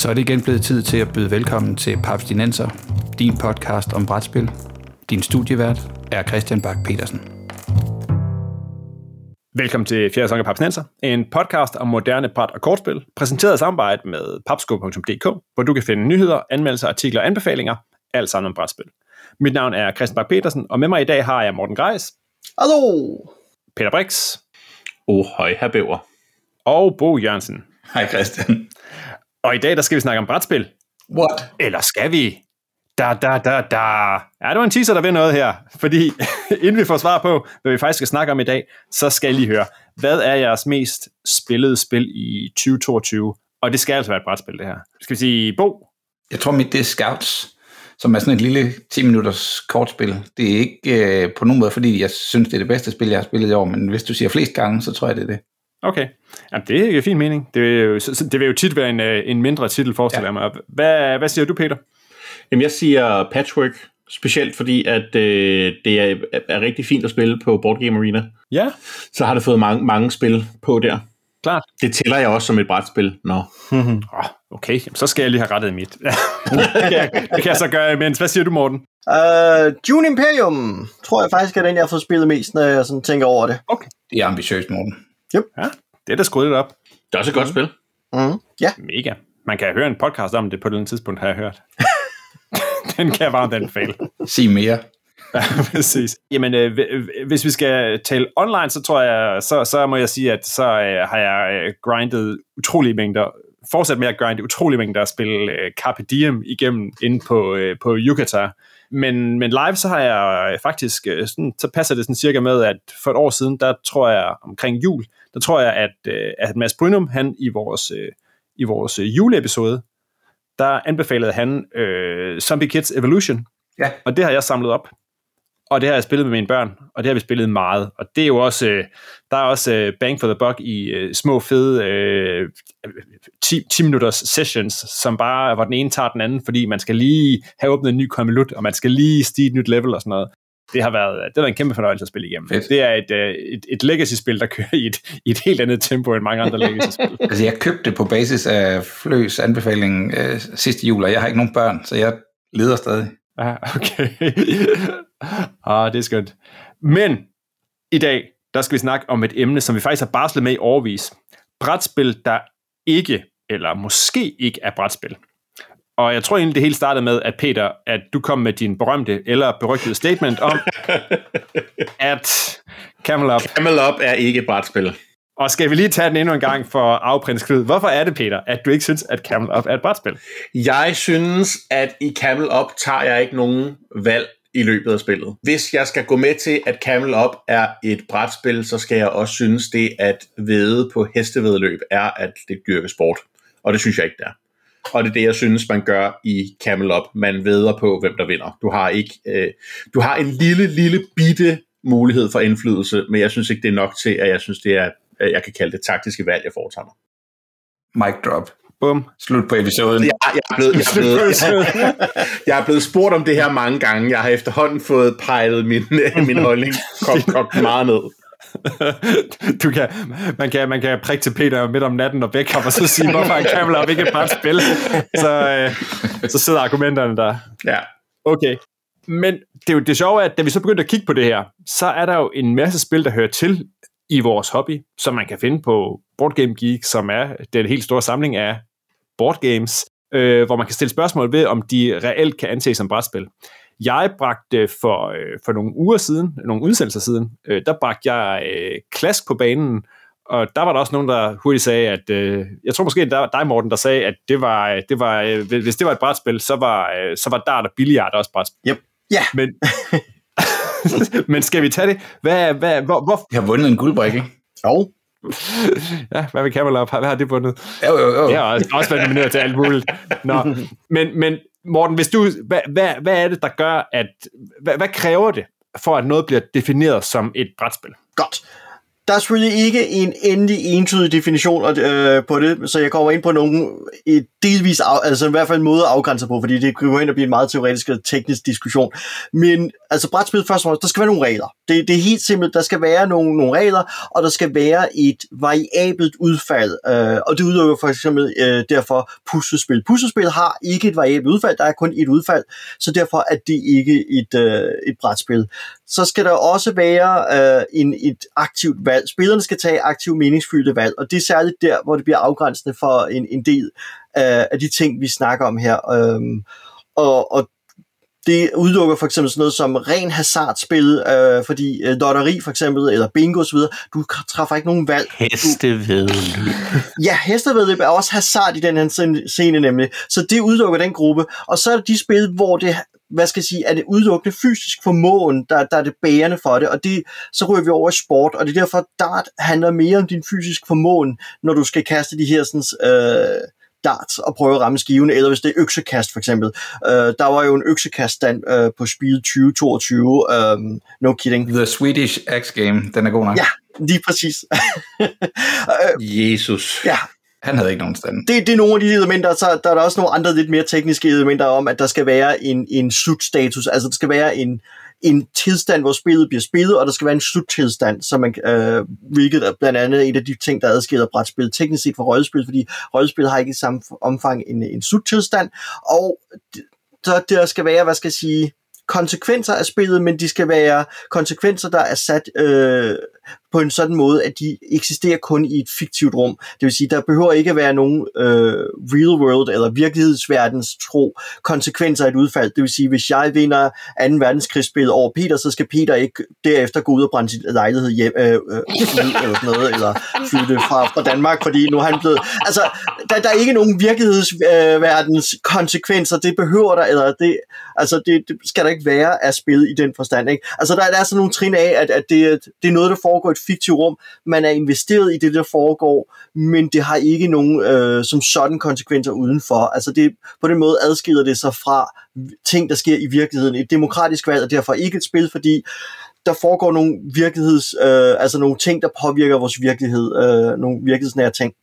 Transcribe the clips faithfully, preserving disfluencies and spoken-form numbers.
Så er det igen blevet tid til at byde velkommen til Papstinenser, din podcast om brætspil. Din studievært er Christian Bak Petersen. Velkommen til fjerde sæson af Papstinenser, en podcast om moderne bræt- og kortspil, præsenteret i samarbejde med papsko punktum d k, hvor du kan finde nyheder, anmeldelser, artikler og anbefalinger, alt sammen om brætspil. Mit navn er Christian Bak Petersen, og med mig i dag har jeg Morten Greis. Hallo! Peter Brix. Oh, høj, her bæver. Og Bo Jørgensen. Hej Christian. Og i dag, der skal vi snakke om brætspil. What? Eller skal vi? Da, da, da, da. Ja, det var en teaser, der ved noget her. Fordi inden vi får svar på, hvad vi faktisk skal snakke om i dag, så skal I lige høre, hvad er jeres mest spillede spil i tyve toogtyve? Og det skal altså være et brætspil, det her. Skal vi sige Bo? Jeg tror mit det er Scouts, som er sådan et lille ti minutters kortspil. Det er ikke øh, på nogen måde, fordi jeg synes, det er det bedste spil, jeg har spillet i år, men hvis du siger flest gange, så tror jeg, det er det. Okay, jamen, det er en fin mening. Det vil jo, det vil jo tit være en, en mindre titel, forestiller jeg mig. Hvad, hvad siger du, Peter? Jamen, jeg siger Patchwork, specielt fordi, at øh, det er, er rigtig fint at spille på Board Game Arena. Ja. Så har det fået mange, mange spil på der. Klart. Det tæller jeg også som et brætspil. Nå. Mm-hmm. Oh, okay, jamen, så skal jeg lige have rettet mit. det, kan, det kan jeg så gøre imens. Hvad siger du, Morten? Uh, Dune Imperium, tror jeg faktisk er den, jeg har fået spillet mest, når jeg sådan tænker over det. Okay. Det er ambitiøst, Morten. Yep. Ja, det er da skruet lidt op. Det er også et godt spil. Mm, ja. Mega. Man kan høre en podcast om det på et eller andet tidspunkt, har jeg hørt. Den kan jeg varmt anbefale. Sig mere. Ja, præcis. Jamen, øh, hvis vi skal tale online, så tror jeg, så, så må jeg sige, at så øh, har jeg øh, grindet utrolige mængder, fortsat med at grinde utrolige mængder at spille øh, Carpe Diem igennem inde på, øh, på Yucata. Men, men live, så har jeg faktisk, øh, sådan, så passer det sådan cirka med, at for et år siden, der tror jeg omkring jul, der tror jeg, at, øh, at Mads Brynum, han i vores, øh, i vores øh, juleepisode, der anbefalede han øh, Zombie Kids Evolution. Ja. Og det har jeg samlet op. Og det har jeg spillet med mine børn, og det har vi spillet meget. Og det er jo også, øh, der er også øh, bang for the buck i øh, små fede øh, ti minutters sessions, som bare, hvor den ene tager den anden, fordi man skal lige have åbnet en ny konvolut, og man skal lige stige et nyt level og sådan noget. Det har været, det har været en kæmpe fornøjelse at spille igennem. Fedt. Det er et, et, et legacy-spil, der kører i et, i et helt andet tempo end mange andre legacy-spil. Altså, jeg købte det på basis af Fløs anbefaling øh, sidste jul, og jeg har ikke nogen børn, så jeg leder stadig. Ah, okay. ah, det er skønt. Men i dag, der skal vi snakke om et emne, som vi faktisk har barslet med i årevis. Brætspil, der ikke, eller måske ikke er brætspil. Og jeg tror egentlig, det hele startede med, at Peter, at du kom med din berømte eller berygtede statement om, at Camel Up... Camel Up er ikke et brætspil. Og skal vi lige tage den endnu en gang for afprins Knud? Hvorfor er det, Peter, at du ikke synes, at Camel Up er et brætspil? Jeg synes, at i Camel Up tager jeg ikke nogen valg i løbet af spillet. Hvis jeg skal gå med til, at Camel Up er et brætspil, så skal jeg også synes, det at væde på hestevæddeløb er, at det dyrker sport. Og det synes jeg ikke, det er. Og det er det, jeg synes, man gør i Camel Up. Man væder på, hvem der vinder. Du har ikke, øh, du har en lille, lille bitte mulighed for indflydelse, men jeg synes ikke, det er nok til, at jeg synes, det er, jeg kan kalde det taktiske valg, jeg foretager mig. Mic drop. Bum. Slut på episoden. Jeg, jeg, er blevet, jeg, er blevet, jeg, jeg er blevet spurgt om det her mange gange. Jeg har efterhånden fået pejlet min, min holdning kogt, kogt meget ned. Du kan, man, kan, man kan prikke til Peter midt om natten og vække ham, og så sige, hvorfor er Camel Up ikke et brætspil? Så, øh, så sidder argumenterne der. Ja. Okay. Men det er jo det sjove, at da vi så begyndte at kigge på det her, så er der jo en masse spil, der hører til i vores hobby, som man kan finde på Board Game Geek, som er den helt store samling af board games, øh, hvor man kan stille spørgsmål ved, om de reelt kan anses som brætspil. Jeg bragte for, øh, for nogle uger siden, nogle udsendelser siden, øh, der bragte jeg øh, Klask på banen, og der var der også nogen, der hurtigt sagde, at øh, jeg tror måske, der var dig, Morten, der sagde, at det var, det var, øh, hvis det var et brætspil, så var, øh, så var dart og billiard også brætspil. Yep. Ja. Yeah. Men, men skal vi tage det? Hvad, hvad, hvor, hvor... Jeg har vundet en guldbrik, ikke? Jo. Ja, hvad vil Camel Up? Hvad har det vundet? Jo, jo, jo. Det har også været nomineret til alt muligt. Nå. Men, men Morten, hvis du, hvad, hvad, hvad er det, der gør, at... Hvad, hvad kræver det, for at noget bliver defineret som et brætspil? Godt. Der er selvfølgelig ikke en endelig entydig definition øh, på det, så jeg kommer ind på nogle et delvis, af, altså i hvert fald en måde at afgrænse på, fordi det kan gå hen og blive en meget teoretisk og teknisk diskussion. Men altså brætspil først og fremmest, der skal være nogle regler. Det, det er helt simpelt, der skal være nogle, nogle regler, og der skal være et variabelt udfald, øh, og det udelukker for eksempel øh, derfor puslespil. Puslespil har ikke et variabelt udfald, der er kun et udfald, så derfor er det ikke et, øh, et brætspil. Så skal der også være øh, en, et aktivt valg. Spillerne skal tage aktivt meningsfyldte valg, og det er særligt der, hvor det bliver afgrænsende for en, en del øh, af de ting, vi snakker om her. Øhm, og, og det udelukker for eksempel sådan noget som ren hasardspil, øh, fordi øh, lotteri for eksempel, eller bingo osv., du træffer ikke nogen valg. Hestevæddeløb. Ja, hestevæddeløb er også hasard i den her scene nemlig, så det udelukker den gruppe. Og så er der de spil, hvor det hvad skal jeg sige, er det udelukkende fysisk formåen, der, der er det bærende for det, og det, så ryger vi over i sport, og det er derfor, dart handler mere om din fysisk formåen, når du skal kaste de her sådan, øh, darts og prøve at ramme skiven, eller hvis det er øksekast for eksempel. Øh, der var jo en øksekaststand øh, på Spiel tyve toogtyve, øh, no kidding. The Swedish Axe Game, den er god nok. Ja, lige præcis. Jesus. Ja. Han havde ikke nogen stand. Det, det er nogle af de elementer, så der er der også nogle andre lidt mere tekniske elementer om, at der skal være en, en slutstatus, altså der skal være en, en tilstand, hvor spillet bliver spillet, og der skal være en sluttilstand, så man, øh, hvilket er blandt andet et af de ting, der adskiller brætspil teknisk set fra rollespil, fordi rollespil har ikke i samme omfang en, en sluttilstand, og så der skal være, hvad skal jeg sige, konsekvenser af spillet, men de skal være konsekvenser, der er sat øh, på en sådan måde, at de eksisterer kun i et fiktivt rum. Det vil sige, der behøver ikke at være nogen øh, real world eller virkelighedsverdens tro konsekvenser af et udfald. Det vil sige, hvis jeg vinder anden verdenskrigsspil over Peter, så skal Peter ikke derefter gå ud og brænde sin lejlighed hjem, øh, øh, eller sådan noget, eller flytte fra, fra Danmark, fordi nu er han blevet... Altså, der, der er ikke nogen virkelighedsverdens konsekvenser. Det behøver der, eller det... Altså, det, det skal der ikke være af spil i den forstand, ikke? Altså, der, der er sådan nogle trin af, at, at det, det er noget, der foregår i et fiktivt rum. Man er investeret i det, der foregår, men det har ikke nogen øh, som sådan konsekvenser udenfor. Altså, det, på den måde adskiller det sig fra ting, der sker i virkeligheden. Et demokratisk valg er derfor ikke et spil, fordi der foregår nogle virkeligheds, øh, altså nogle ting, der påvirker vores virkelighed, øh, nogle virkelighedsnære ting.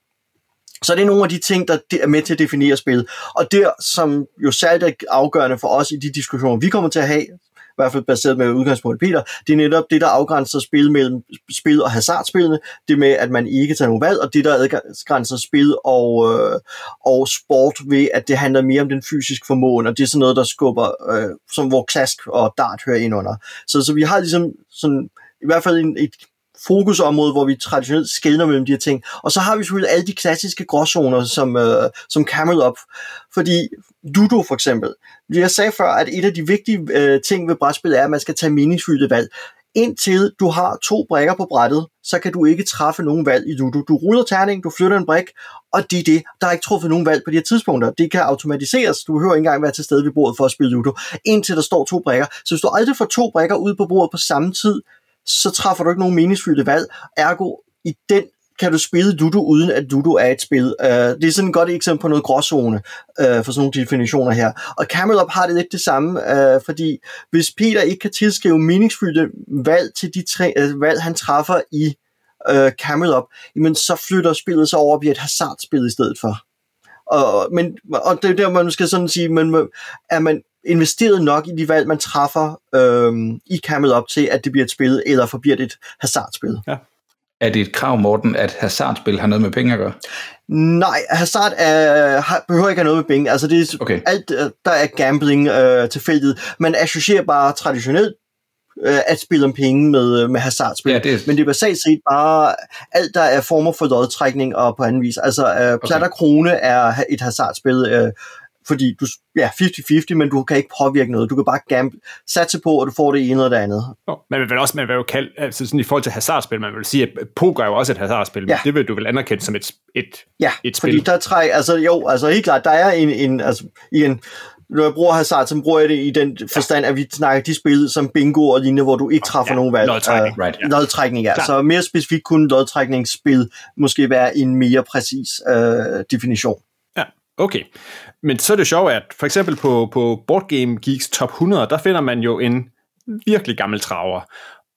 Så det er nogle af de ting, der er med til at definere spil. Og det, som jo særligt er afgørende for os i de diskussioner, vi kommer til at have, i hvert fald baseret med udgangspunkt Peter, det er netop det, der afgrænser spil mellem spil og hasardspillene, det med, at man ikke tager nogen valg, og det, der afgrænser spil og, øh, og sport ved, at det handler mere om den fysiske formåen, og det er sådan noget, der skubber, øh, som hvor klask og dart hører ind under. Så, så vi har ligesom sådan, i hvert fald en, et fokusområde, hvor vi traditionelt skelner mellem de her ting. Og så har vi selvfølgelig alle de klassiske gråzoner, som, øh, som Camelot, fordi Ludo for eksempel. Jeg sagde før, at et af de vigtige øh, ting ved brætspil er, at man skal tage meningsfyldte valg. Indtil du har to brikker på brættet, så kan du ikke træffe nogen valg i Ludo. Du ruller terning, du flytter en brik, og det er det. Der er ikke truffet nogen valg på de her tidspunkter. Det kan automatiseres. Du behøver ikke engang være til stede ved bordet for at spille Ludo, indtil der står to brikker. Så hvis du aldrig får to brikker ud på bordet på samme tid, så træffer du ikke nogen meningsfyldte valg. Ergo, i den kan du spille Ludo, uden at Ludo er et spil. Uh, det er sådan et godt eksempel på noget gråzone uh, for sådan nogle definitioner her. Og Camelot har det lidt det samme, uh, fordi hvis Peter ikke kan tilskrive meningsfyldte valg til de tre, uh, valg, han træffer i uh, Camelot, jamen så flytter spillet sig over og bliver et hasardspil i stedet for. Og, men, og det er der, man skal sådan sige, man, er man investeret nok i de valg, man træffer øhm, i Camelot til, at det bliver et spil, eller forbliver det et hasardspil. Ja. Er det et krav, Morten, at hasardspil har noget med penge at gøre? Nej, hasard er, har, behøver ikke have noget med penge. Altså det er okay. Alt, der er gambling øh, tilfældigt. Man associerer bare traditionelt øh, at spille om penge med, med hasardspil. Ja, det er... Men det er basalt set bare alt, der er former for lodtrækning og på anden vis. Altså øh, plat og krone er et hasardspil, øh, fordi du ja, halvtreds halvtreds, men du kan ikke påvirke noget. Du kan bare gamble, satse på, og du får det ene eller det andet. Oh, man vil også, man vil jo kalde, altså sådan i forhold til hasardspil, man vil sige, at poker er jo også et hasardspil, ja. Men det vil du vel anerkende som et, et, ja, et spil. Ja, fordi der træk, altså jo, altså helt klart, der er en, en altså i en, når jeg bruger hasard, så bruger jeg det i den forstand, at vi snakker de spil som bingo og lignende, hvor du ikke træffer ja, nogen valg. Lodtrækning, uh, right. Ja. Lodtrækning, ja. Klar. Så mere specifikt kunne lodtrækningsspil måske være en mere præcis uh, definition. Ja, okay. Men så er det sjovt, at for eksempel på, på Board Game Geeks Top hundrede, der finder man jo en virkelig gammel traver.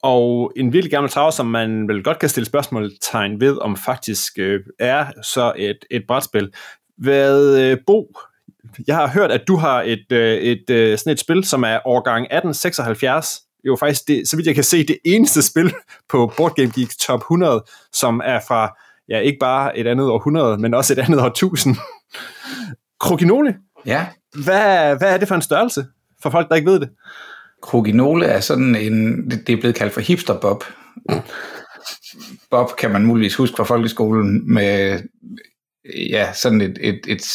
Og en virkelig gammel traver, som man vel godt kan stille spørgsmålstegn ved, om faktisk øh, er så et, et brætspil. Hvad, øh, Bo, jeg har hørt, at du har et, øh, et, øh, sådan et spil, som er årgang atten seksoghalvfjerds. Det er jo faktisk, det, så vidt jeg kan se, det eneste spil på Board Game Geeks top hundrede, som er fra, ja, ikke bare et andet århundrede, men også et andet årtusind. Crokinole? Ja. Hvad, hvad er det for en størrelse, for folk, der ikke ved det? Crokinole er sådan en, det er blevet kaldt for hipster Bob. Bob kan man muligvis huske fra folkeskolen med, ja, sådan et, et, et,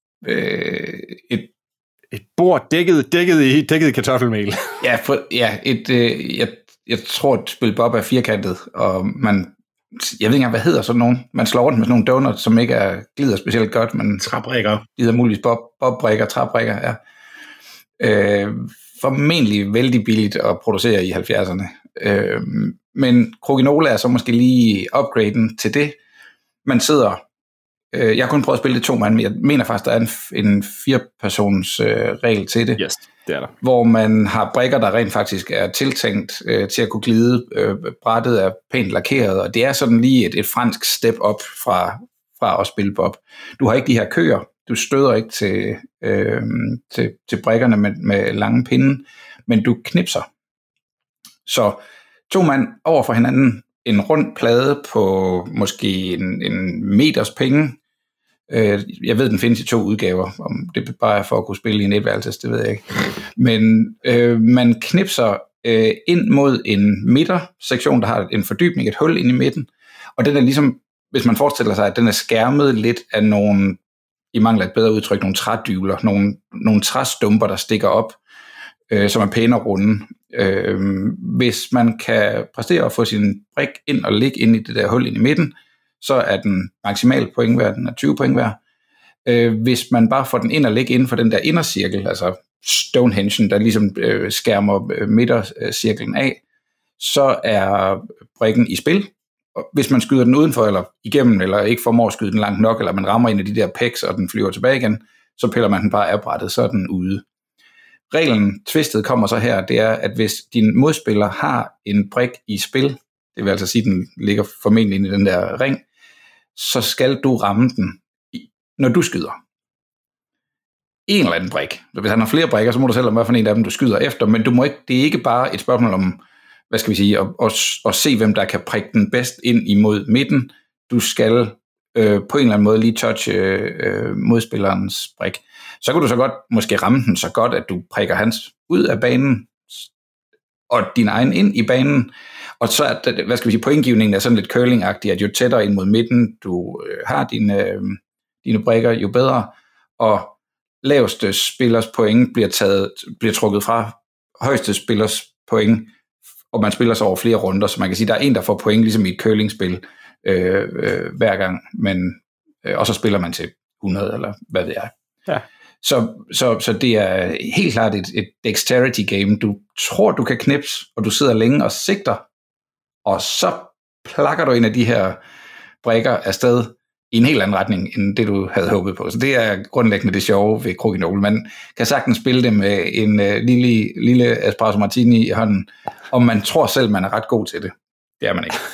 et, et Et bord dækket, dækket, i, dækket i kartoffelmel. ja, for, ja et, øh, jeg, jeg tror, at spil Bob er firkantet, og man, jeg ved ikke engang, hvad hedder sådan nogen. Man slår rundt med sådan nogle donuts, som ikke er, glider specielt godt, men Træbrikker. Glider muligvis Bob, Bob-brikker, træbrikker, ja. Øh, formentlig vældig billigt at producere i halvfjerdserne. Øh, men Crokinole er så måske lige upgraden til det. Man sidder, øh, jeg har kun prøvet at spille det to mand, men jeg mener faktisk, der er en, en fire-persons øh, regel til det. Yes, det er der. Hvor man har brikker, der rent faktisk er tiltænkt øh, til at kunne glide. Øh, brættet er pænt lakeret, og det er sådan lige et, et fransk step op fra, fra at spille Bob. Du har ikke de her køer, du støder ikke til, øh, til, til brikkerne med, med lange pinde, men du knipser. Så to mand over for hinanden, en rund plade på måske en, en meters penge. Øh, jeg ved, den findes i to udgaver. Om det bare er for at kunne spille i en etværelses, det ved jeg ikke. Men øh, man knipser øh, ind mod en midtersektion, der har en fordybning, et hul ind i midten. Og den er ligesom, hvis man forestiller sig, at den er skærmet lidt af nogle, i mangel af et bedre udtryk, nogle trædyvler, nogle, nogle træstumper, der stikker op, øh, som er pæne og runde. Øh, hvis man kan præstere at få sin brik ind og ligge ind i det der hul ind i midten, så er den maksimale point værd, den er tyve point værd. Øh, hvis man bare får den ind og ligge inden for den der indercirkel, altså Stonehenge, der ligesom øh, skærmer øh, midtercirklen af, så er brikken i spil. Og hvis man skyder den udenfor eller igennem, eller ikke formår at skyde den langt nok, eller man rammer en af de der pegs, og den flyver tilbage igen, så piller man den bare af brættet, så er den ude. Reglen, twistet, kommer så her, det er, at hvis din modspiller har en brik i spil, det vil altså sige, at den ligger formentlig inde i den der ring, så skal du ramme den, når du skyder. En eller anden brik. Hvis han har flere brikker, så må du selv om, hvad for en af dem du skyder efter, men du må ikke, det er ikke bare et spørgsmål om, hvad skal vi sige, at, at, at se, hvem der kan prikke den bedst ind imod midten. Du skal øh, på en eller anden måde lige touche øh, modspillerens brik. Så kan du så godt måske ramme den så godt, at du prikker hans ud af banen, og din egen ind i banen. Og så er det, hvad skal vi sige, pointgivningen er sådan lidt curling-agtig, at jo tættere ind mod midten du øh, har dine, øh, dine brikker, jo bedre. Og laveste spillers point bliver, taget, bliver trukket fra højeste spillers point, og man spiller så over flere runder, så man kan sige, der er en, der får point, ligesom i et curlingspil øh, øh, hver gang, men, øh, og så spiller man til hundrede, eller hvad ved jeg. Ja. Så, så, så det er helt klart et, et dexterity game. Du tror, du kan knipse, og du sidder længe og sigter, og så plakker du en af de her brikker afsted i en helt anden retning, end det du havde håbet på. Så det er grundlæggende det sjove ved Crokinole. Man kan sagtens spille det med en uh, lille, lille espresso martini i hånden, og man tror selv, man er ret god til det. Det er man ikke.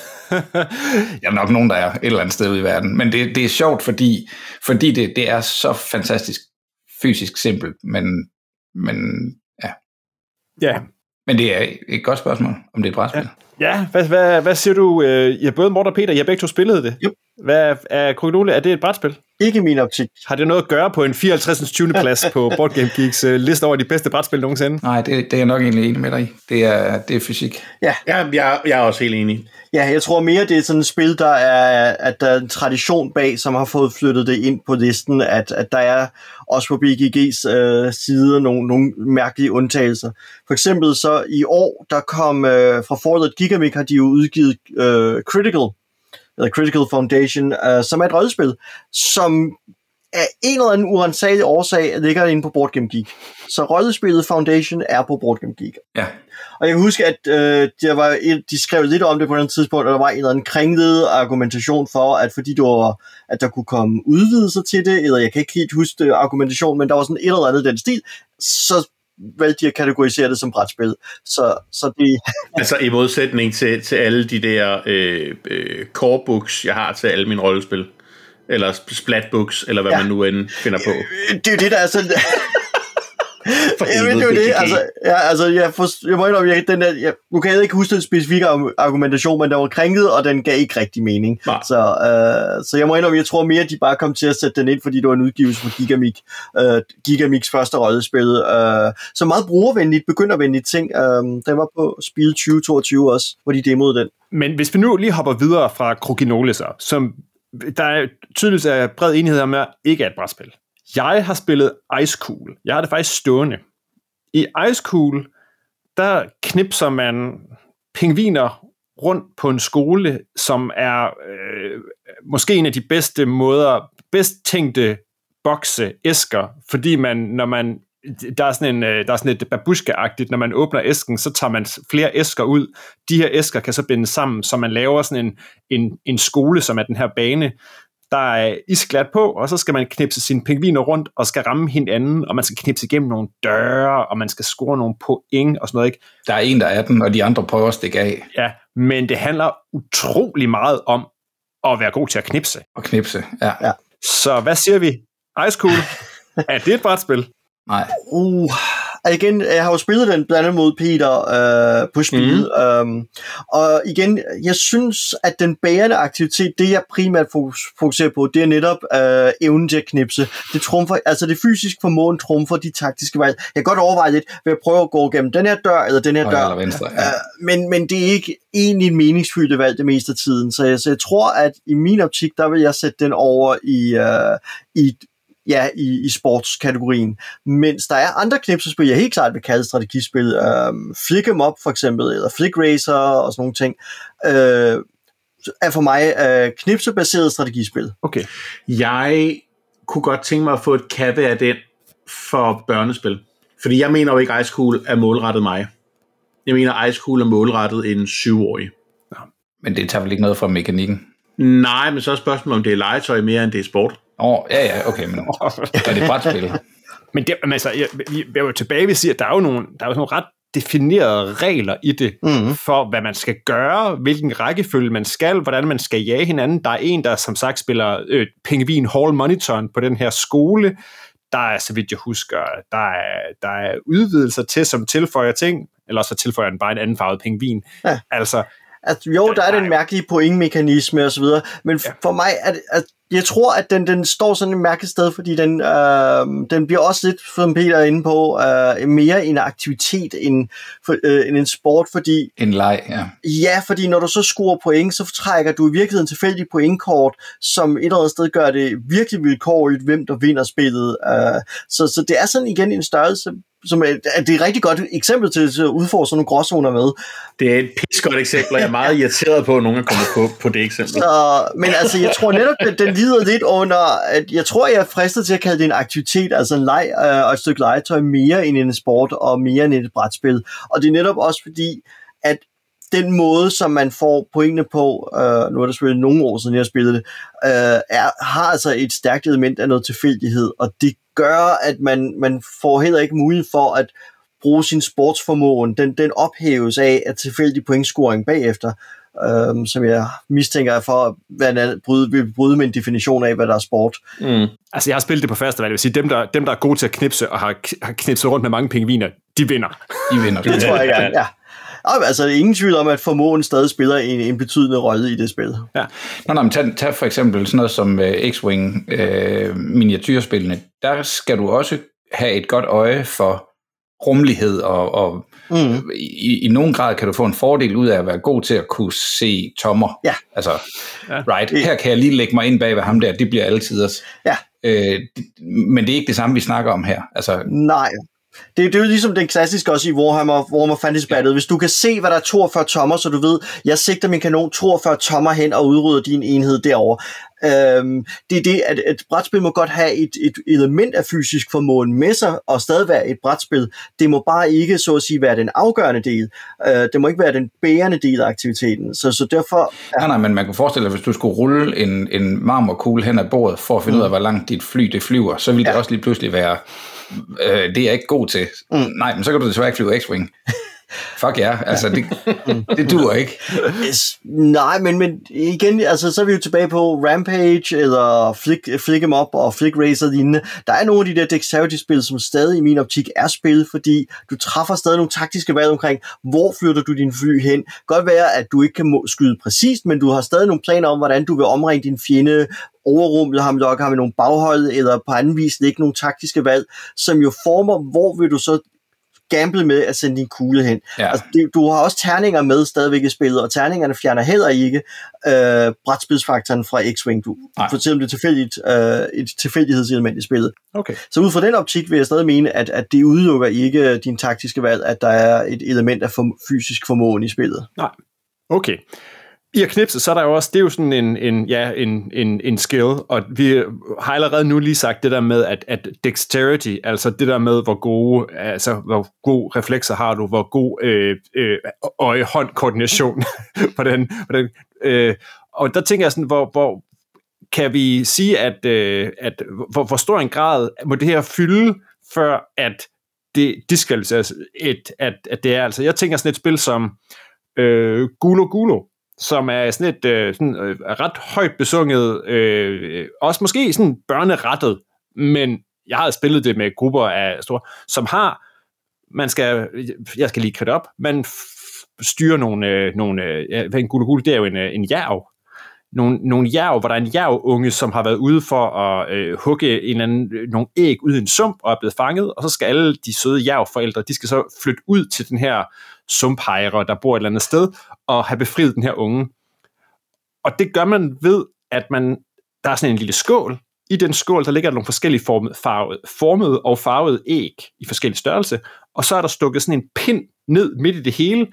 Jeg er nok nogen, der er et eller andet sted ude i verden. Men det, det er sjovt, fordi, fordi det, det er så fantastisk fysisk simpelt, men, men ja. Ja. Men det er et godt spørgsmål, om det er et brætspil. Ja, ja. Hvad, hvad, hvad siger du? Ja, både Morten og Peter, jeg begge to spillede det. Yep. Hvad er Crokinole? Er det et brætspil? Ikke i min optik. Har det noget at gøre på en fireoghalvtreds tyvende plads på Board Game Geeks uh, liste over de bedste brætspil nogensinde? Nej, det, det er jeg nok egentlig enig med dig i. Det er, det er fysik. Ja. Ja, jeg, jeg er også helt enig. Ja, jeg tror mere, det er sådan et spil, der er, at der er en tradition bag, som har fået flyttet det ind på listen, at, at der er også på B G G's øh, side nogle, nogle mærkelige undtagelser. For eksempel så i år, der kom øh, fra forlaget Gigamic, har de jo udgivet øh, Critical, eller Critical Foundation, øh, som er et rollespil, som af en eller anden uransagelig årsag ligger inde på Board Game Geek. Så rollespillet Foundation er på Board Game Geek. Ja. Og jeg kan huske, at øh, der var et, de skrev lidt om det på den tidspunkt, og der var en eller anden kringlet argumentation for, at fordi det var, at der kunne komme udvidelser til det, eller jeg kan ikke helt huske argumentation, men der var sådan et eller andet den stil, så valgte de at kategorisere det som brætspil. Så, så det... altså i modsætning til, til alle de der øh, øh, core books, jeg har til alle mine rollespil. Eller splatbooks, eller hvad ja. man nu end finder på. Det er jo det, der er sådan... jeg ved, det er jo det, altså, ja, altså jeg, for, jeg må ikke jeg, den der, jeg, nu kan jeg ikke huske den specifikke argumentation, men den var krænket, og den gav ikke rigtig mening. Så, øh, så jeg må indrømme, jeg tror mere, at de bare kom til at sætte den ind, fordi det var en udgivelse for Gigamix, øh, Gigamix første rollespil. Øh, så meget brugervenligt, begyndervenligt ting. Øh, den var på Spiel tyve toogtyve også, hvor de demoede den. Men hvis vi nu lige hopper videre fra Kroginoleser, som der er tydeligvis er bred enighed om, at ikke er et brætspil. Jeg har spillet Ice Cool. Jeg har det faktisk stående. I Ice Cool, der knipser man pingviner rundt på en skole, som er øh, måske en af de bedste måder, bedst tænkte bokse, æsker, fordi man, når man, der er sådan, en, der er sådan et babushka-agtigt, når man åbner æsken, så tager man flere æsker ud. De her æsker kan så bindes sammen, så man laver sådan en, en, en skole, som er den her bane, der er isglat på, og så skal man knipse sine pingviner rundt, og skal ramme hinanden, og man skal knipse igennem nogle døre, og man skal score nogle point, og sådan noget, ikke? Der er en, der er den, og de andre prøver at stikke af. Ja, men det handler utrolig meget om at være god til at knipse. Og knipse, ja. ja. Så hvad siger vi? Ice Cool, er det et brætspil? Nej. Uh, igen, jeg har jo spillet den blandt andet mod Peter øh, på spil, mm. øhm, og igen, jeg synes, at den bærende aktivitet, det jeg primært fokuserer på, det er netop øh, evnen til at knipse. Det trumfer, altså det fysiske formåen trumfer de taktiske valg. Jeg kan godt overveje lidt ved at prøve at gå gennem den her dør, eller den her dør, eller venstre, ja. øh, men, men det er ikke egentlig meningsfyldt valg det meste af tiden, så jeg, så jeg tror, at i min optik, der vil jeg sætte den over i, øh, i Ja, i, i sportskategorien. Mens der er andre knipsespil, jeg helt klart vil kalde strategispil. Øhm, Flick 'em Up for eksempel, eller Flick Racer og sådan nogle ting, øh, er for mig øh, knipsebaseret strategispil. Okay. Jeg kunne godt tænke mig at få et kappe af den for børnespil. Fordi jeg mener jo ikke, Ice Cool er målrettet mig. Jeg mener, Ice Cool er målrettet en syvårig. Ja. Men det tager vel ikke noget fra mekanikken? Nej, men så er spørgsmålet, om det er legetøj mere, end det er sport. Åh, oh, ja, ja, okay, men er det brætspil? Men det, altså, jeg, jeg, jeg er jo tilbage ved at sige, at der er jo nogle, der er jo nogle ret definerede regler i det, mm-hmm. for hvad man skal gøre, hvilken rækkefølge man skal, hvordan man skal jage hinanden. Der er en, der som sagt spiller øh, pingvin hall monitoren på den her skole. Der er, så vidt jeg husker, der er, der er udvidelser til, som tilføjer ting, eller så tilføjer den bare en anden farvet pingvin. Ja. Altså, at, jo, der er den mærkelige pointmekanisme og så videre, men ja. for mig er det, at jeg tror, at den, den står sådan et mærkeligt sted, fordi den, øh, den bliver også lidt, som Peter er inde på, øh, mere en aktivitet end, for, øh, end en sport, fordi... En leg, ja. Ja, fordi når du så scorer point, så trækker du i virkeligheden tilfældige pointkort, som et eller andet sted gør det virkelig vilkårligt, hvem der vinder spillet. Øh, så, så det er sådan igen en størrelse, som er, det er et rigtig godt eksempel til at udfordre sådan nogle gråzoner med. Det er et pissegodt eksempel, og jeg er meget irriteret på, at nogen er kommet på, på det eksempel. Så, men altså, jeg tror netop, at den lider lidt under, at jeg tror, jeg er fristet til at kalde det en aktivitet, altså en leg øh, og et stykke legetøj mere end en sport og mere end et brætspil. Og det er netop også fordi, at den måde, som man får pointene på, øh, nu er det selvfølgelig nogle år siden, jeg har spillet det, øh, er, har altså et stærkt element af noget tilfældighed, og det gør, at man, man får heller ikke mulighed for at bruge sin sportsformåen. Den, den ophæves af at tilfældig pointscoring bagefter, øh, som jeg mistænker for, hvad der bryde, vil bryde med en definition af, hvad der er sport. Mm. Altså, jeg har spillet det på første valg. Det vil sige, dem der, dem, der er gode til at knipse og har, har knipset rundt med mange pingviner, de vinder. De vinder. Det tror jeg gerne, ja. Og, altså, det er ingen tvivl om, at formåen stadig spiller en, en betydende rolle i det spil. Ja. Nå, nå, men tag, tag for eksempel sådan noget som uh, X-Wing uh, miniatyrspillene. Der skal du også have et godt øje for rummelighed, og, og mm. i, i nogen grad kan du få en fordel ud af at være god til at kunne se tommer. Ja. Altså, ja. Right, her kan jeg lige lægge mig ind bag ved ham der, det bliver altid også. Ja. Uh, men det er ikke det samme, vi snakker om her. Altså, nej. Det, det er jo ligesom den klassiske også i Warhammer, Warhammer Fantasy Battle. Ja. Hvis du kan se, hvad der er toogfyrre tommer, så du ved, jeg sigter min kanon toogfyrre tommer hen og udrydder din enhed derovre. Øhm, det er det, at et brætspil må godt have et, et element af fysisk formåen med sig, og stadig være et brætspil. Det må bare ikke, så at sige, være den afgørende del. Øh, det må ikke være den bærende del af aktiviteten. Så, så derfor... Ja. Nej, nej, men man kunne forestille dig, hvis du skulle rulle en, en marmorkugle hen ad bordet, for at finde mm. ud af, hvor langt dit fly det flyver, så ville ja. det også lige pludselig være øh, det er jeg ikke god til. Mm. Nej, men så kan du desværre ikke flyve X-Wing. Fuck ja, yeah. altså det, det duer ikke. Nej, men, men igen, altså så er vi jo tilbage på Rampage, eller Flick, Flick 'em Up og Flick Racer og lignende. Der er nogle af de der Dexterity-spil, som stadig i min optik er spil, fordi du træffer stadig nogle taktiske valg omkring, hvor flytter du din fly hen. Godt være, at du ikke kan skyde præcist, men du har stadig nogle planer om, hvordan du vil omringe din fjende, overrumle ham, lokke ham i nogle baghold, eller på anden vis lægge nogle taktiske valg, som jo former, hvor vil du så gamble med at sende din kugle hen. Ja. Altså, det, du har også terninger med stadigvæk i spillet, og terningerne fjerner heller ikke øh, brætspilsfaktoren fra X-Wing. Du fortæller det tilfældigt, øh, et tilfældighedselement i spillet. Okay. Så ud fra den optik vil jeg stadig mene, at, at det udelukker ikke din taktiske valg, at der er et element af for, fysisk formåen i spillet. Nej. Okay. I at knipse, så er der jo også, det er jo sådan en, en, ja, en, en, en skill, og vi har allerede nu lige sagt det der med, at, at dexterity, altså det der med, hvor gode, altså hvor gode reflekser har du, hvor god øh, øh, øje-hånd-koordination på den, på den øh, og der tænker jeg sådan, hvor, hvor kan vi sige, at, øh, at hvor, hvor stor en grad må det her fylde, før at det diskvalificeres, et, at, at det er, altså jeg tænker sådan et spil som øh, Gulo Gulo, som er sådan et øh, sådan, øh, ret højt besunget, øh, også måske sådan børnerettet, men jeg har spillet det med grupper af store, som har, man skal, jeg skal lige kridte op, man f- styrer nogle, øh, nogle øh, hvad en gule gule, det er jo en, en jerv, nogle, nogle jerv, hvor der er en jervunge, som har været ude for at øh, hugge en anden, nogle æg ud i en sump, og er blevet fanget, og så skal alle de søde jervforældre, de skal så flytte ud til den her sumphejre, der bor et eller andet sted, og have befriet den her unge. Og det gør man ved, at man, der er sådan en lille skål. I den skål, der ligger der nogle forskellige formede, farvede, formede og farvede æg i forskellige størrelse, og så er der stukket sådan en pind ned midt i det hele,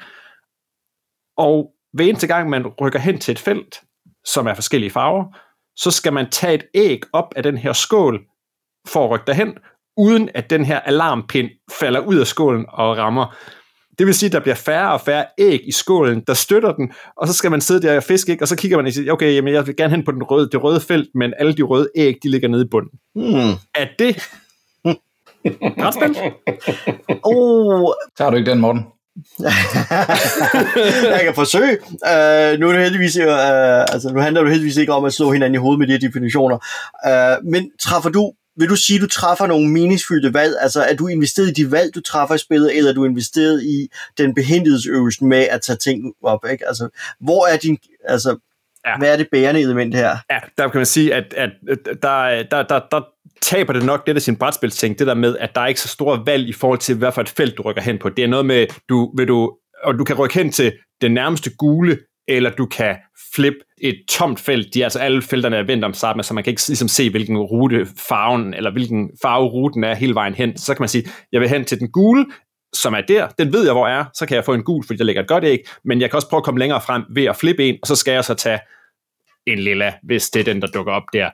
og hver eneste gang man rykker hen til et felt, som er forskellige farver, så skal man tage et æg op af den her skål, for at rykke derhen, uden at den her alarmpind falder ud af skålen og rammer. Det vil sige, at der bliver færre og færre æg i skålen, der støtter den, og så skal man sidde der og fiske, ikke? Og så kigger man og siger, okay, jamen, jeg vil gerne hen på den røde, det røde felt, men alle de røde æg, de ligger nede i bunden. Hmm. Er det ret spændt? Oh. Tager du ikke den, Morten? Jeg kan forsøge. Uh, nu er det heldigvis, uh, altså nu handler det heldigvis ikke om at slå hinanden i hovedet med de her definitioner. Uh, men træffer du Vil du sige, at du træffer nogle meningsfyldte valg? Altså, er du investeret i de valg, du træffer i spillet, eller er du investeret i den behændighedsøvelsen med at tage ting op? Ikke? Altså, hvor er din, altså, ja. Hvad er det bærende element her? Ja, der kan man sige, at, at der, der, der, der taber det nok lidt af sin brætspilsting, det der med, at der er ikke så store valg i forhold til, hvad for et felt du rykker hen på. Det er noget med, du, vil du, og du kan rykke hen til den nærmeste gule, eller du kan flippe et tomt felt. De er altså alle felterne er vendt om sammen, så man kan ikke ligesom se, hvilken rute farven, eller hvilken farve ruten er hele vejen hen. Så kan man sige, jeg vil hen til den gule, som er der, den ved jeg, hvor er, så kan jeg få en gul, fordi der ligger et godt æg, men jeg kan også prøve at komme længere frem ved at flippe en, og så skal jeg så tage en lilla, hvis det er den, der dukker op der.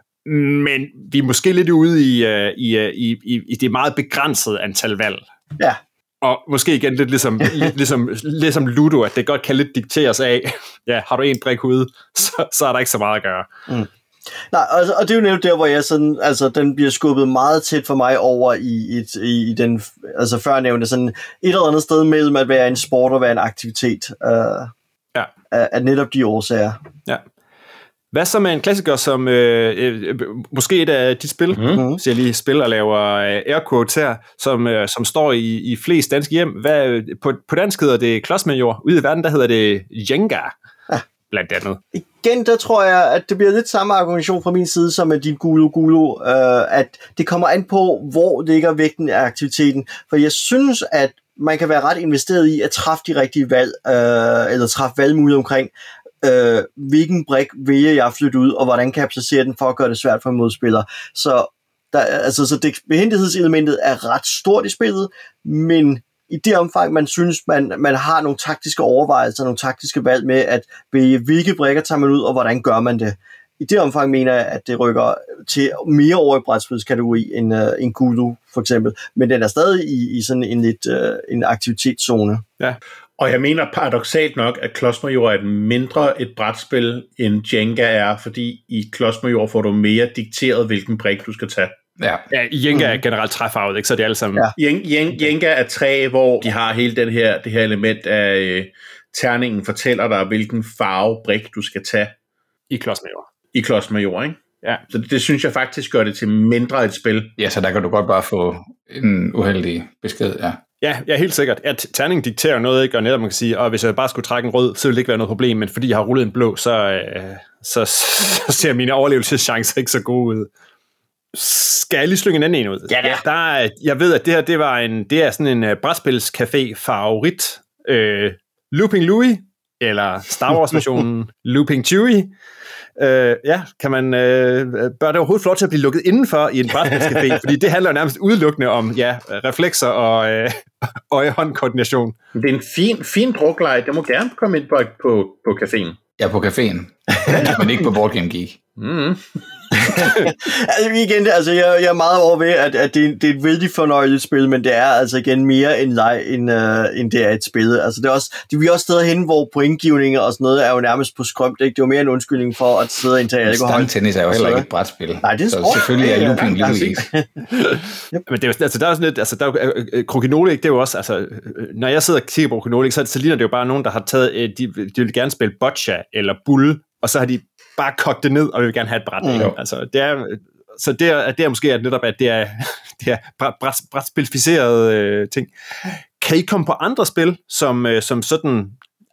Men vi er måske lidt ude i, i, i, i, i det meget begrænsede antal valg. Ja. Og måske igen lidt ligesom, lidt ligesom, ligesom Ludo, at det godt kan lidt dikteres af, ja, har du en brik ude, så, så er der ikke så meget at gøre. Mm. Nej, og, og det er jo netop der, hvor jeg sådan, altså, den bliver skubbet meget tæt for mig over i, et, i, i den, altså førnævnte, sådan et eller andet sted mellem at være en sport og være en aktivitet, uh, ja. af, af netop de årsager. Ja. Hvad så med en klassiker som øh, øh, måske et af de spil, mm. så jeg lige spiller og laver øh, air quotes her, som, øh, som står i, i flest danske hjem. Hvad, på, på dansk hedder det Klodsmajor. Ude i verden, der hedder det Jenga, ja. Blandt andet. Igen, der tror jeg, at det bliver lidt samme argumentation fra min side, som med din Gulo Gulo, øh, at det kommer an på, hvor ligger vægten af aktiviteten. For jeg synes, at man kan være ret investeret i at træffe de rigtige valg, øh, eller træffe valgmuligheder omkring, Øh, hvilken brik vælger jeg at flytte ud, og hvordan kan jeg placere den for at gøre det svært for en modspiller. Så, der, altså, så det behændighedselementet er ret stort i spillet, men i det omfang, man synes, man, man har nogle taktiske overvejelser, nogle taktiske valg med at vælge, hvilke brikker tager man ud, og hvordan gør man det. I det omfang mener jeg, at det rykker til mere over i brætspilskategori end, uh, end Kudo, for eksempel. Men den er stadig i, i sådan en lidt uh, en aktivitetszone. Ja. Og jeg mener paradoksalt nok, at Klodsmajor er et mindre et brætspil, end Jenga er, fordi i Klodsmajor får du mere dikteret, hvilken brik du skal tage. Ja, Ja, Jenga er generelt træfarvet, ikke? Så det er alle sammen... Ja. Jen- Jen- Jenga er træ, hvor de har hele den her, det her element af øh, terningen fortæller dig, hvilken farve brik du skal tage I klodsmajor. i klodsmajor, ikke? Ja. Så det, det synes jeg faktisk gør det til mindre et spil. ja, så der kan du godt bare få en uheldig besked, ja. Ja, ja, helt sikkert. Ja, terningen dikterer noget, ikke? Og netop man kan sige, og hvis jeg bare skulle trække en rød, så ville det ikke være noget problem, men fordi jeg har rullet en blå, så, øh, så, så ser mine overlevelseschancer ikke så gode ud. Skal jeg lige slynge en anden en ud? Ja, da. Der er, jeg ved, at det her det var en, det er sådan en uh, brætspilscafé favorit. Øh, Looping Louie, eller Star Wars-versionen Looping Chewie. Øh, ja, kan man øh, bør det overhovedet få lov til at blive lukket indenfor i en brætspilscafé, fordi det handler jo nærmest udelukkende om ja, reflekser og øh, øje-hånd-koordination. Det er en fin, fin drukleje. Det må gerne komme ind på, på, på caféen. Ja, på caféen, men ikke på Board Game Geek. Mm. Altså igen, altså jeg, jeg er meget over ved, at, at det, det er et vældig fornøjeligt spil, men det er altså igen mere en leg, end, uh, end det er et spil. Altså det er også, det er også steder hen, hvor pointgivninger og sådan noget er jo nærmest på skrømt, ikke? Det er jo mere en undskyldning for at sidde og indtage alkohol. Stangtennis er jo heller ikke et brætspil. Nej, det er så sport. selvfølgelig er Looping Ja, ja, Louie. Men det er, altså, der er sådan lidt, altså, der er, øh, Krokinole, det er jo også, altså, når jeg sidder og kigger på Krokinole, så, så ligner det jo bare nogen, der har taget, øh, de, de vil gerne spille boccia eller bull, og så har de bare kogt det ned, og vil gerne have et bræt. Mm. Altså, det er, så det er, det er måske at netop, at det er, det er bræt, brætspilficerede øh, ting. Kan I komme på andre spil, som, øh, som sådan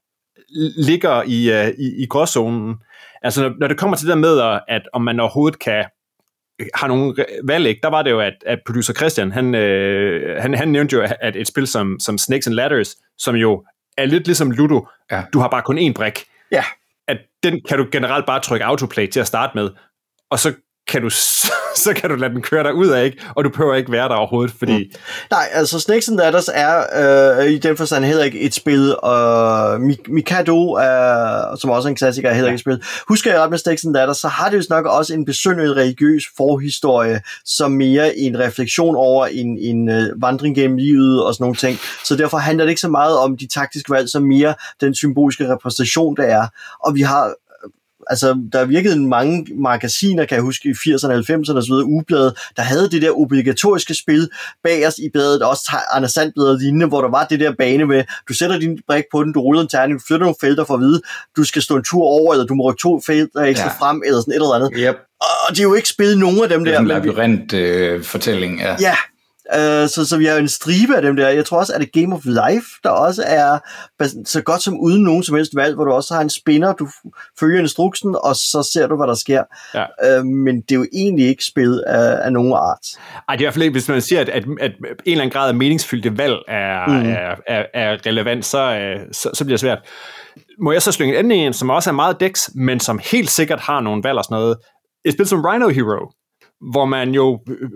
ligger i, øh, i, i gråzonen? Altså, når, når det kommer til det der med, at om man overhovedet kan har nogle valg, ikke? Der var det jo, at, at producer Christian, han, øh, han, han nævnte jo, at et spil som, som Snakes and Ladders, som jo er lidt ligesom Ludo, ja. Du har bare kun én brik, ja. At den kan du generelt bare trykke autoplay til at starte med, og så kan du, så kan du lade den køre dig ud af, ikke? Og du behøver ikke være der overhovedet, fordi... Mm. Nej, altså Snakes and Ladders er øh, i den forstand heller ikke et spil, og Mikado, er, som også er en klassiker, er heller ikke et spil. Husker jeg ret med Snakes and Ladders, så har det jo nok også en besynderlig religiøs forhistorie, som mere en refleksion over en, en uh, vandring gennem livet og sådan nogle ting. Så derfor handler det ikke så meget om de taktiske valg, som mere den symboliske repræsentation, der er. Og vi har altså, der virkede mange magasiner, kan jeg huske, i firserne og halvfemserne og så videre, ugeblade, der havde det der obligatoriske spil bagerst i bladet, også Anders Sand-bladet lignende, hvor der var det der bane med, du sætter din brik på den, du ruller en terning, du flytter nogle felter for at vide, du skal stå en tur over, eller du må rykke to felter ekstra ja. frem, eller sådan et eller andet. Yep. Og de er jo ikke spillet nogen af dem der. Det er der, en labyrint-fortælling, øh, ja. Ja. Uh, så, så vi har jo en stribe af dem der. Jeg tror også, at det Game of Life, der også er så godt som uden nogen som helst valg, hvor du også har en spinner, du følger instruksen, og så ser du, hvad der sker. Ja. Uh, men det er jo egentlig ikke spil af, af nogen art. Ej, det er i hvert fald ikke, hvis man siger, at, at, at en eller anden grad af meningsfyldte valg er, mm. er, er, er relevant, så, så, så bliver det svært. Må jeg så slynge en anden en, som også er meget deks, men som helt sikkert har nogle valg og sådan noget. Et spil som Rhino Hero, hvor man jo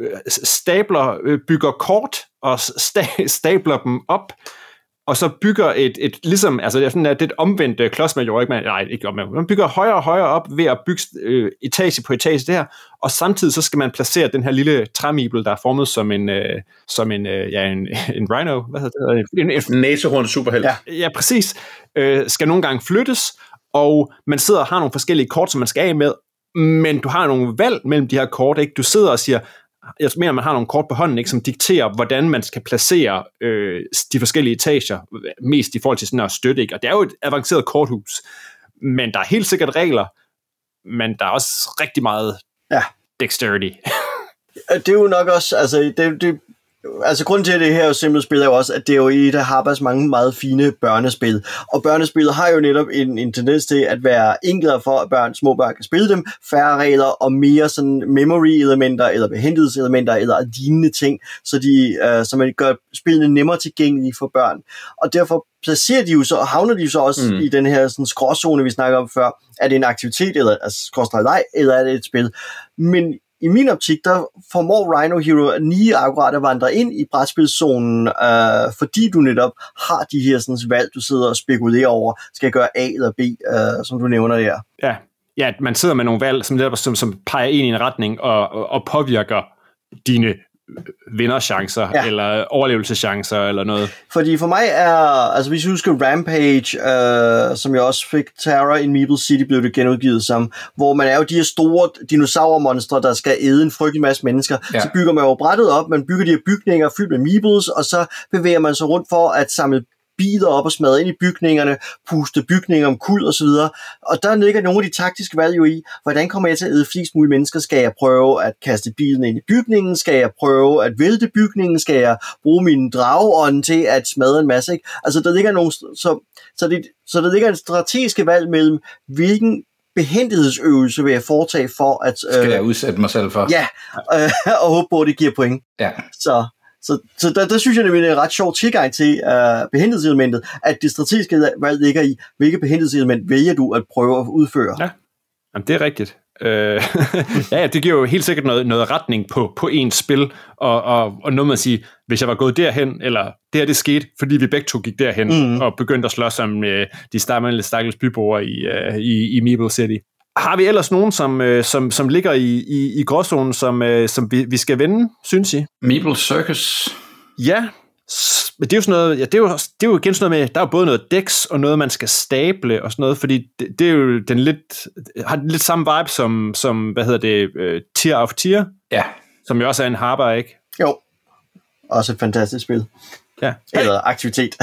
stabler, bygger kort og stabler dem op, og så bygger et, et ligesom, altså det er sådan, at det er et omvendt klodsmajor, ikke? Man, nej, ikke omvendt. Man bygger højere og højere op ved at bygge øh, etage på etage der, og samtidig så skal man placere den her lille træmibel, der er formet som en, øh, som en, øh, ja, en, en rhino, hvad hedder det? En, en, en næsehorn superhelt. Ja, ja, præcis. Øh, skal nogle gange flyttes, og man sidder og har nogle forskellige kort, som man skal af med, men du har nogle valg mellem de her kort, ikke? Du sidder og siger, jeg mener, man har nogle kort på hånden, ikke, som dikterer, hvordan man skal placere øh, de forskellige etager, mest i forhold til sådan at støtte, ikke? Og det er jo et avanceret korthus, men der er helt sikkert regler, men der er også rigtig meget ja. dexterity. Det er jo nok også, altså det, det Altså grunden til, at det her simpelt spil er jo også, at det er jo et af Harpers mange meget fine børnespil. Og børnespil har jo netop en, en tendens til at være enklere for, at børn, små børn kan spille dem, færre regler og mere sådan memory-elementer eller behendighedselementer eller lignende ting, så, de, øh, så man gør spillene nemmere tilgængelige for børn. Og derfor placerer de jo så, og havner de jo så også mm. i den her sådan, skråzone, vi snakker om før. Er det en aktivitet, eller altså, skråstreg leg, eller er det et spil? Men i min optik, der formår Rhino Hero lige akkurat at vandre ind i brætspilszonen, øh, fordi du netop har de her sådan, valg, du sidder og spekulerer over, skal jeg gøre A eller B, øh, som du nævner der. Ja, ja, man sidder med nogle valg, som, som, som peger ind i en retning og, og, og påvirker dine vinderchancer, ja. eller overlevelseschancer, eller noget. Fordi for mig er, altså hvis vi husker Rampage, øh, som jeg også fik, Terror in Meeple City blev det genudgivet som, hvor man er jo de her store dinosaurmonstre, der skal æde en frygtelig masse mennesker. Ja. Så bygger man jo brættet op, man bygger de her bygninger fyldt med meeples, og så bevæger man sig rundt for at samle bider op og smadre ind i bygningerne, puste bygninger om kul og så videre. Og der ligger nogle af de taktiske valg jo i, hvordan kommer jeg til at æde flest mulige mennesker? Skal jeg prøve at kaste bilen ind i bygningen? Skal jeg prøve at vælte bygningen? Skal jeg bruge min drageånd til at smadre en masse? Ikke? Altså der ligger nogle, så, så, det, så der ligger en strategiske valg mellem, hvilken behændighedsøvelse vil jeg foretage for at... Øh, Skal jeg udsætte mig selv for? Ja, øh, og håbe på, at det giver point. Ja. Så... Så, så der, der synes jeg, det er en ret sjov tilgang til uh, behændighedselementet, at det strategiske valg ligger i, hvilket behændighedselement vælger du at prøve at udføre. Ja, jamen, det er rigtigt. Øh, ja, det giver jo helt sikkert noget, noget retning på, på ens spil, og, og, og noget med at sige, hvis jeg var gået derhen, eller det her det skete, fordi vi begge to gik derhen, mm. og begyndte at slås om uh, de stammende stakkels byboere i, uh, i, i Meeple City. Har vi ellers nogen, som, øh, som, som ligger i, i, i gråzonen, som, øh, som vi, vi skal vende, synes I? Meeple Circus? Ja, men det er jo sådan noget, ja, det er jo, det er jo igen sådan noget med, der er jo både noget dex og noget, man skal stable og sådan noget, fordi det, det er jo den lidt, har lidt samme vibe som, som hvad hedder det, uh, Tier of Tier, ja. Som jo også er en harbor, ikke? Jo, også et fantastisk spil. Ja. Eller aktivitet.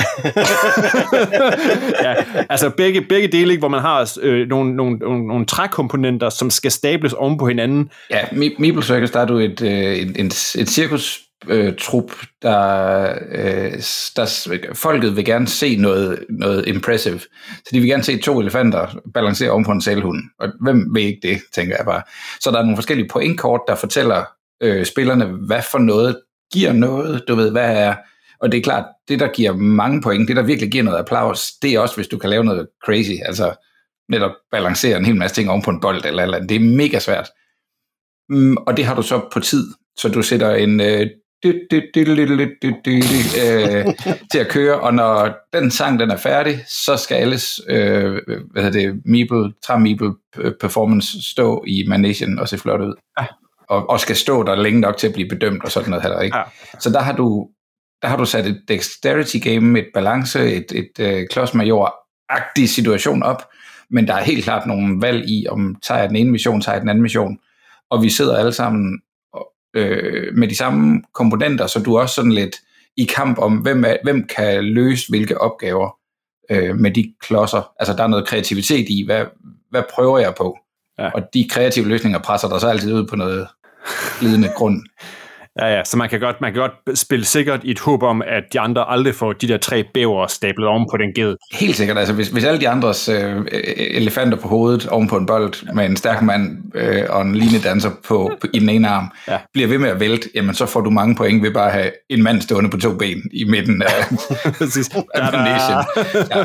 Ja, altså begge, begge dele, ikke, hvor man har øh, nogle, nogle, nogle, nogle trækomponenter, som skal stables oven på hinanden. Ja, Meeple Circus, der er du et, øh, et, et, et cirkus-trup, øh, der, øh, der folket vil gerne se noget, noget impressive. Så de vil gerne se to elefanter balancere oven på en sælhund. Og hvem vil ikke det, tænker jeg bare. Så der er nogle forskellige pointkort, der fortæller øh, spillerne, hvad for noget giver noget. Du ved, hvad er... Og det er klart, det der giver mange point, det der virkelig giver noget applaus, det er også, hvis du kan lave noget crazy, altså netop balancere en hel masse ting oven på en bold eller eller andet. Det er mega svært. Mm, og det har du så på tid, så du sætter en øh, dy, dy, dy, dy, dy, dy, dy, øh, til at køre, og når den sang den er færdig, så skal alles øh, hvad hedder det, Meeple, Tram-Meeple performance stå i managen og se flot ud. Ja. Og, og skal stå der længe nok til at blive bedømt og sådan noget heller ikke. Ja. Så der har du Der har du sat et dexterity game, et balance, et, et, et klodsmajor-agtig situation op, men der er helt klart nogle valg i, om tager jeg den ene mission, tager jeg den anden mission, og vi sidder alle sammen øh, med de samme komponenter, så du er også sådan lidt i kamp om, hvem, er, hvem kan løse hvilke opgaver øh, med de klodser. Altså der er noget kreativitet i, hvad, hvad prøver jeg på? Ja. Og de kreative løsninger presser der så altid ud på noget glidende grund. Ja, ja, så man kan, godt, man kan godt spille sikkert i et håb om, at de andre aldrig får de der tre bæver stablet oven på den ged. Helt sikkert, altså hvis, hvis alle de andres øh, elefanter på hovedet oven på en bold med en stærk mand øh, og en linedanser på, på, i den ene arm, ja. bliver ved med at vælte, jamen så får du mange point ved bare at have en mand stående på to ben i midten af nation. Ja.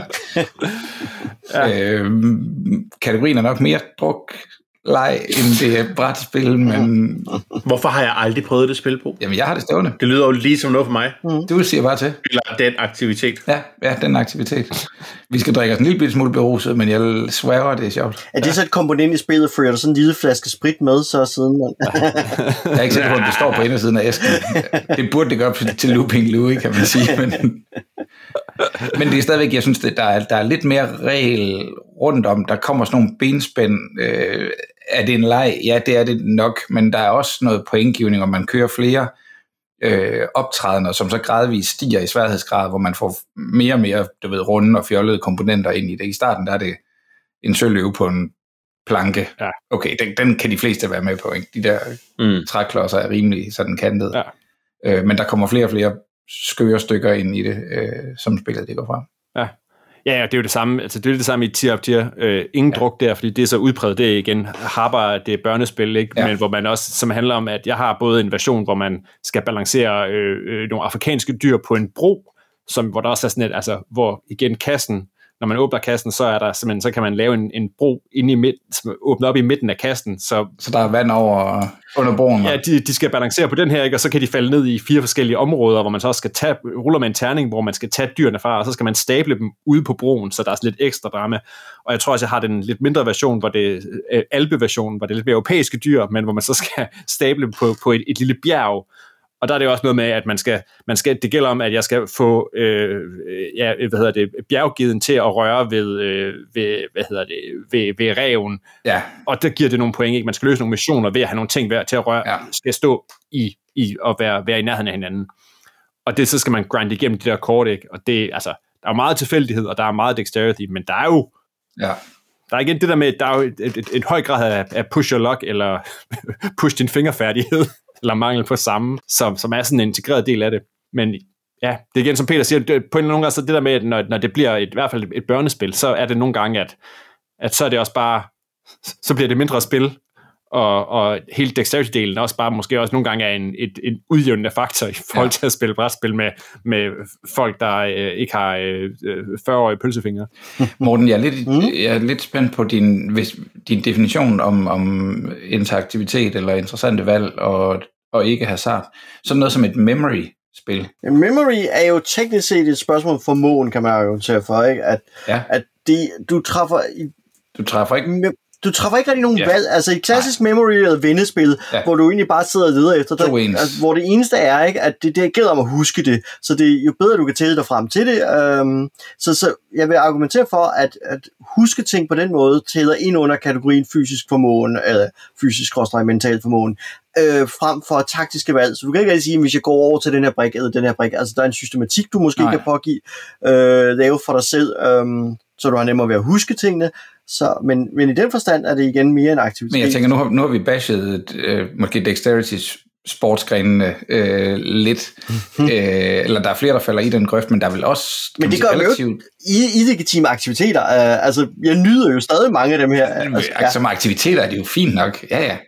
Ja. Øh, kategorien er nok mere druk, leg, end det er brætspil, men... Hvorfor har jeg aldrig prøvet det spil på? Jamen, jeg har det stående. Det lyder jo lige som noget for mig. Mm. Du siger bare til. Eller den aktivitet. Ja, ja, den aktivitet. Vi skal drikke os en lille smule beruset, men jeg sværer, det er sjovt. Er det så et komponent i spillet, for jeg der sådan en lille flaske sprit med, så siden man... Jeg er ikke sikker på, at det står på indersiden af æsken. Det burde det gøre til Looping Louie, kan man sige, men... Men det er stadigvæk, jeg synes, det, der, er, der er lidt mere regel rundt om. Der kommer sådan nogle benspænd. Øh, er det en leg? Ja, det er det nok, men der er også noget pointgivning, og man kører flere øh, optrædener, som så gradvist stiger i sværhedsgrad, hvor man får mere og mere, du ved, runde og fjollede komponenter ind i det. I starten der er det en søløve på en planke. Ja. Okay, den, den kan de fleste være med på, ikke? De der mm. træklodser er rimelig sådan kantet. Ja. Øh, men der kommer flere og flere skøre stykker ind i det, øh, som spillet det går frem. Ja. Ja, ja, det er jo det samme, altså det er det samme i Tier of Tier. Øh, ingen ja. druk der, fordi det er så udpræget, det er igen Harbor, det er børnespil, ikke? Ja. Men hvor man også, som handler om, at jeg har både en version, hvor man skal balancere øh, øh, nogle afrikanske dyr på en bro, som, hvor der også er sådan et, altså hvor igen kassen, når man åbner kassen, så er der simpelthen, så kan man lave en, en bro inde i midten, som åbner op i midten af kassen. Så, så der er vand over under broen? Ja, de, de skal balancere på den her, ikke? Og så kan de falde ned i fire forskellige områder, hvor man så også skal tage, ruller med en terning, hvor man skal tage dyrene fra, og så skal man stable dem ude på broen, så der er lidt ekstra drama. Og jeg tror også, jeg har den lidt mindre version, hvor det er Alpe-versionen, hvor det er lidt mere europæiske dyr, men hvor man så skal stable dem på, på et, et lille bjerg. Og der er det også noget med, at man skal, man skal, det gælder om, at jeg skal få øh, ja, hvad hedder det, bjerggeden til at røre ved, øh, ved, hvad hedder det, ved, ved reven. Ja. Og der giver det nogle point, ikke? Man skal løse nogle missioner ved at have nogle ting til at røre, ja. skal stå i, i og være, være i nærheden af hinanden. Og det så skal man grinde igennem de der kort, ikke? Og det, altså, der er meget tilfældighed, og der er meget dexterity, men der er jo ja. Der er igen det der med, der er jo et, et, et, et høj grad af, af push your luck, eller push din fingerfærdighed, eller mangel på samme, som, som er sådan en integreret del af det. Men ja, det er igen, som Peter siger, det, på en nogle gange så det der med, at når, når det bliver et, i hvert fald et børnespil, så er det nogle gange, at, at så er det også bare, så bliver det mindre spil, og, og hele dexterity-delen også bare måske også nogle gange er en, et, en udjævnende faktor i forhold til ja. at spille brætspil med, med folk, der øh, ikke har øh, fyrre-årige pølsefingre. Morten, jeg er lidt, jeg er lidt spændt på din, hvis, din definition om, om interaktivitet eller interessante valg og, og ikke hasard. Sådan noget som et memory-spil. Memory er jo teknisk set et spørgsmål for måen, kan man argumentere for, ikke? At, ja. at det, du træffer... Du træffer ikke... Du træffer ikke rigtig nogen yeah. valg. Altså i klassisk Nej. memory eller vendespil, ja. hvor du egentlig bare sidder og leder efter det, altså, hvor det eneste er, ikke, at det, det gælder om at huske det. Så det jo bedre du kan tælle dig frem til det. Øhm, så, så jeg vil argumentere for, at, at huske ting på den måde tæller ind under kategorien fysisk formåen, eller fysisk og mental formåen, øh, frem for taktiske valg. Så du kan ikke rigtig sige, hvis jeg går over til den her brik eller den her brik. Altså der er en systematik, du måske Nej. kan pågive, øh, lave for dig selv, øh, så du har nemmere ved at huske tingene. Så, men, men i den forstand er det igen mere en aktivitet. Men jeg tænker, nu har, nu har vi bashed øh, måske dexterity sportsgrenene øh, lidt, mm-hmm. øh, eller der er flere, der falder i den grøft, men der er vel også... Men det gør relativt... jo i illegitime aktiviteter. Uh, altså, jeg nyder jo stadig mange af dem her. Altså, ja. Som aktiviteter er det jo fint nok, ja ja.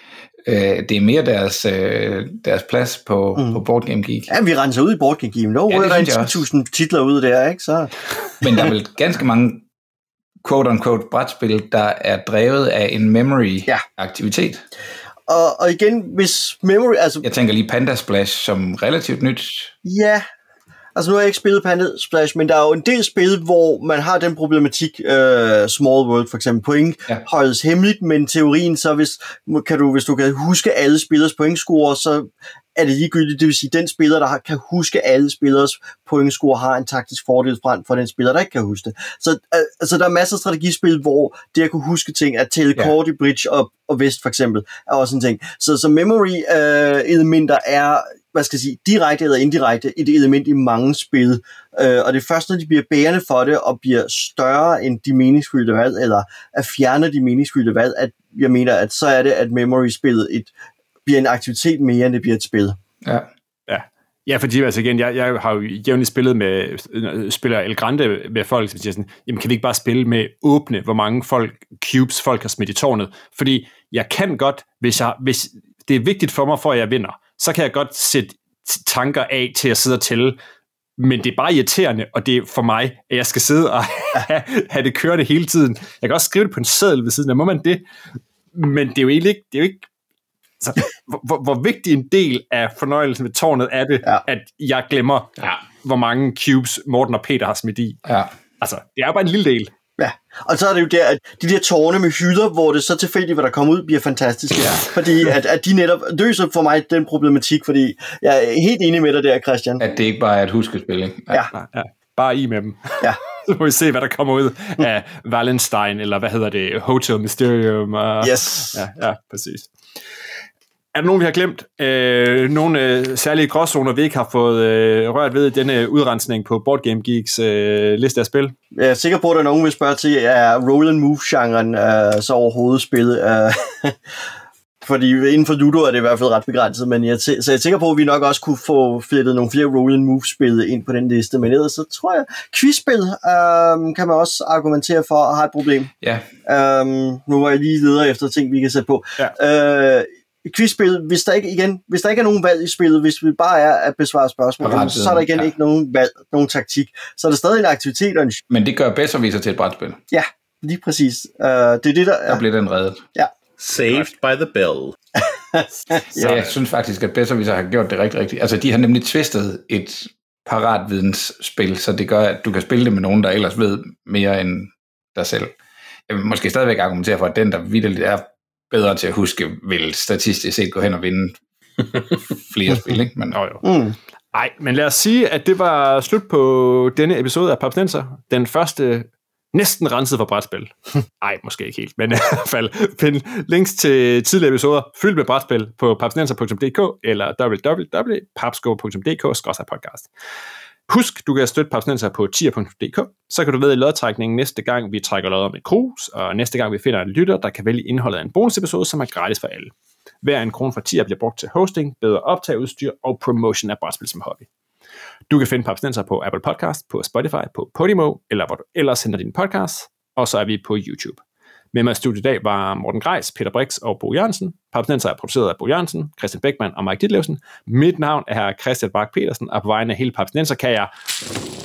Øh, det er mere deres, øh, deres plads på, mm. på Board Game Geek. Ja, vi renser ud i Board Game Geek. Nu ja, er der en ti tusind titler ude der, ikke? Så... Men der er vel ganske mange quote-unquote brætspil, der er drevet af en memory-aktivitet. Ja. Og, og igen, hvis memory... Altså, jeg tænker lige Panda Splash som relativt nyt. Ja, altså nu har jeg ikke spillet Panda Splash, men der er jo en del spil, hvor man har den problematik, uh, Small World for eksempel, point ja. holdes hemmeligt, men teorien så, hvis, kan du, hvis du kan huske alle spillers pointscore, så er det ligegyldigt, det vil sige, den spiller, der kan huske alle spillers pointscore, har en taktisk fordel frem for den spiller, der ikke kan huske det. Så altså, der er masser af strategispil, hvor det at kunne huske ting, at tælle ja. kort i Bridge og, og Vest for eksempel, er også en ting. Så, så memory-elementer uh, er, hvad skal jeg sige, direkte eller indirekte et element i mange spil, uh, og det er først, når de bliver bærende for det, og bliver større end de meningsfyldte valg, eller at fjerne de meningsfyldte valg, at jeg mener, at så er det, at memory-spillet et bliver en aktivitet mere, end det bliver et spil. Ja, ja. Ja, fordi altså igen, jeg, jeg har jo jævnligt spillet med, spiller El Grande med folk, som siger sådan, jamen kan vi ikke bare spille med åbne, hvor mange folk, cubes folk har smidt i tårnet? Fordi jeg kan godt, hvis, jeg, hvis det er vigtigt for mig, for at jeg vinder, så kan jeg godt sætte tanker af til at sidde og tælle, men det er bare irriterende, og det er for mig, at jeg skal sidde og have, have det kørende hele tiden. Jeg kan også skrive det på en seddel ved siden af, må man det? Men det er jo egentlig ikke, det er jo ikke så, hvor, hvor vigtig en del af fornøjelsen med tårnet er det, ja. at jeg glemmer, ja. hvor mange cubes Morten og Peter har smidt i. Ja. Altså, det er bare en lille del. Ja, og så er det jo der, at de der tårne med hylder, hvor det så tilfældigt, hvad der kommer ud, bliver fantastisk. Ja. Fordi at, at de netop løser for mig den problematik, fordi jeg er helt enig med dig der, Christian. At det ikke bare er et huskespil, ikke? Ja. ja. ja. Bare i med dem. Ja. Så må vi se, hvad der kommer ud af Wallenstein, eller hvad hedder det, Hotel Mysterium. Og, yes. Ja, ja, præcis. Er der nogen, vi har glemt? Øh, nogle øh, særlige gråzoner, vi ikke har fået øh, rørt ved i denne udrensning på Board Game Geeks øh, liste af spil? Jeg er sikker på, at der er nogen, vi spørger til, er roll and move-genren øh, så overhovedet spillet? Øh, fordi inden for Ludo er det i hvert fald ret begrænset, men jeg t- så jeg er sikker på, at vi nok også kunne få flettet nogle flere roll and move-spil ind på den liste. Men ellers så tror jeg, quizspil øh, kan man også argumentere for at have et problem. Ja. Øh, nu var jeg lige leder efter ting, vi kan sætte på. Ja. Øh, quizspil, hvis der ikke igen, hvis der ikke er nogen valg i spillet, hvis vi bare er at besvare spørgsmål, Ret, så er der igen ja. ikke nogen valg, nogen taktik. Så er der stadig en aktivitet og en... Men det gør bedreviser til et brætspil. Ja, lige præcis. Uh, det er det, der... Ja. Der bliver den reddet. Ja. Saved by the bell. Så jeg synes faktisk, at bedreviser har gjort det rigtig rigtigt. Altså, de har nemlig twistet et paratvidensspil, så det gør, at du kan spille det med nogen, der ellers ved mere end dig selv. Jeg vil måske stadigvæk argumentere for, at den, der vitterligt er bedre til at huske, vil statistisk set gå hen og vinde flere spil, ikke? Men, Nå, jo. Mm. Ej, men lad os sige, at det var slut på denne episode af Papsnenser. Den første næsten renset for brætspil. Ej, måske ikke helt, men i hvert fald find links til tidligere episoder fyldt med brætspil på papsnenser punktum d k eller w w w punktum papsko punktum d k skråstreg podcast. Husk, du kan støtte Papsnenser på tier punktum d k, så kan du ved i lodtrækningen næste gang, vi trækker lod om et krus, og næste gang vi finder en lytter, der kan vælge indholdet af en bonusepisode, som er gratis for alle. Hver en krone fra tier bliver brugt til hosting, bedre optageudstyr og promotion af brætspil som hobby. Du kan finde Papsnenser på Apple Podcast, på Spotify, på Podimo, eller hvor du ellers sender din podcast, og så er vi på YouTube. Med mig i studiet i dag var Morten Greis, Peter Brix og Bo Jørgensen. Papsnenser er produceret af Bo Jørgensen, Christian Beckmann og Mike Ditlevsen. Mit navn er Christian Bak Petersen, og på vegne af hele Papsnenser kan jeg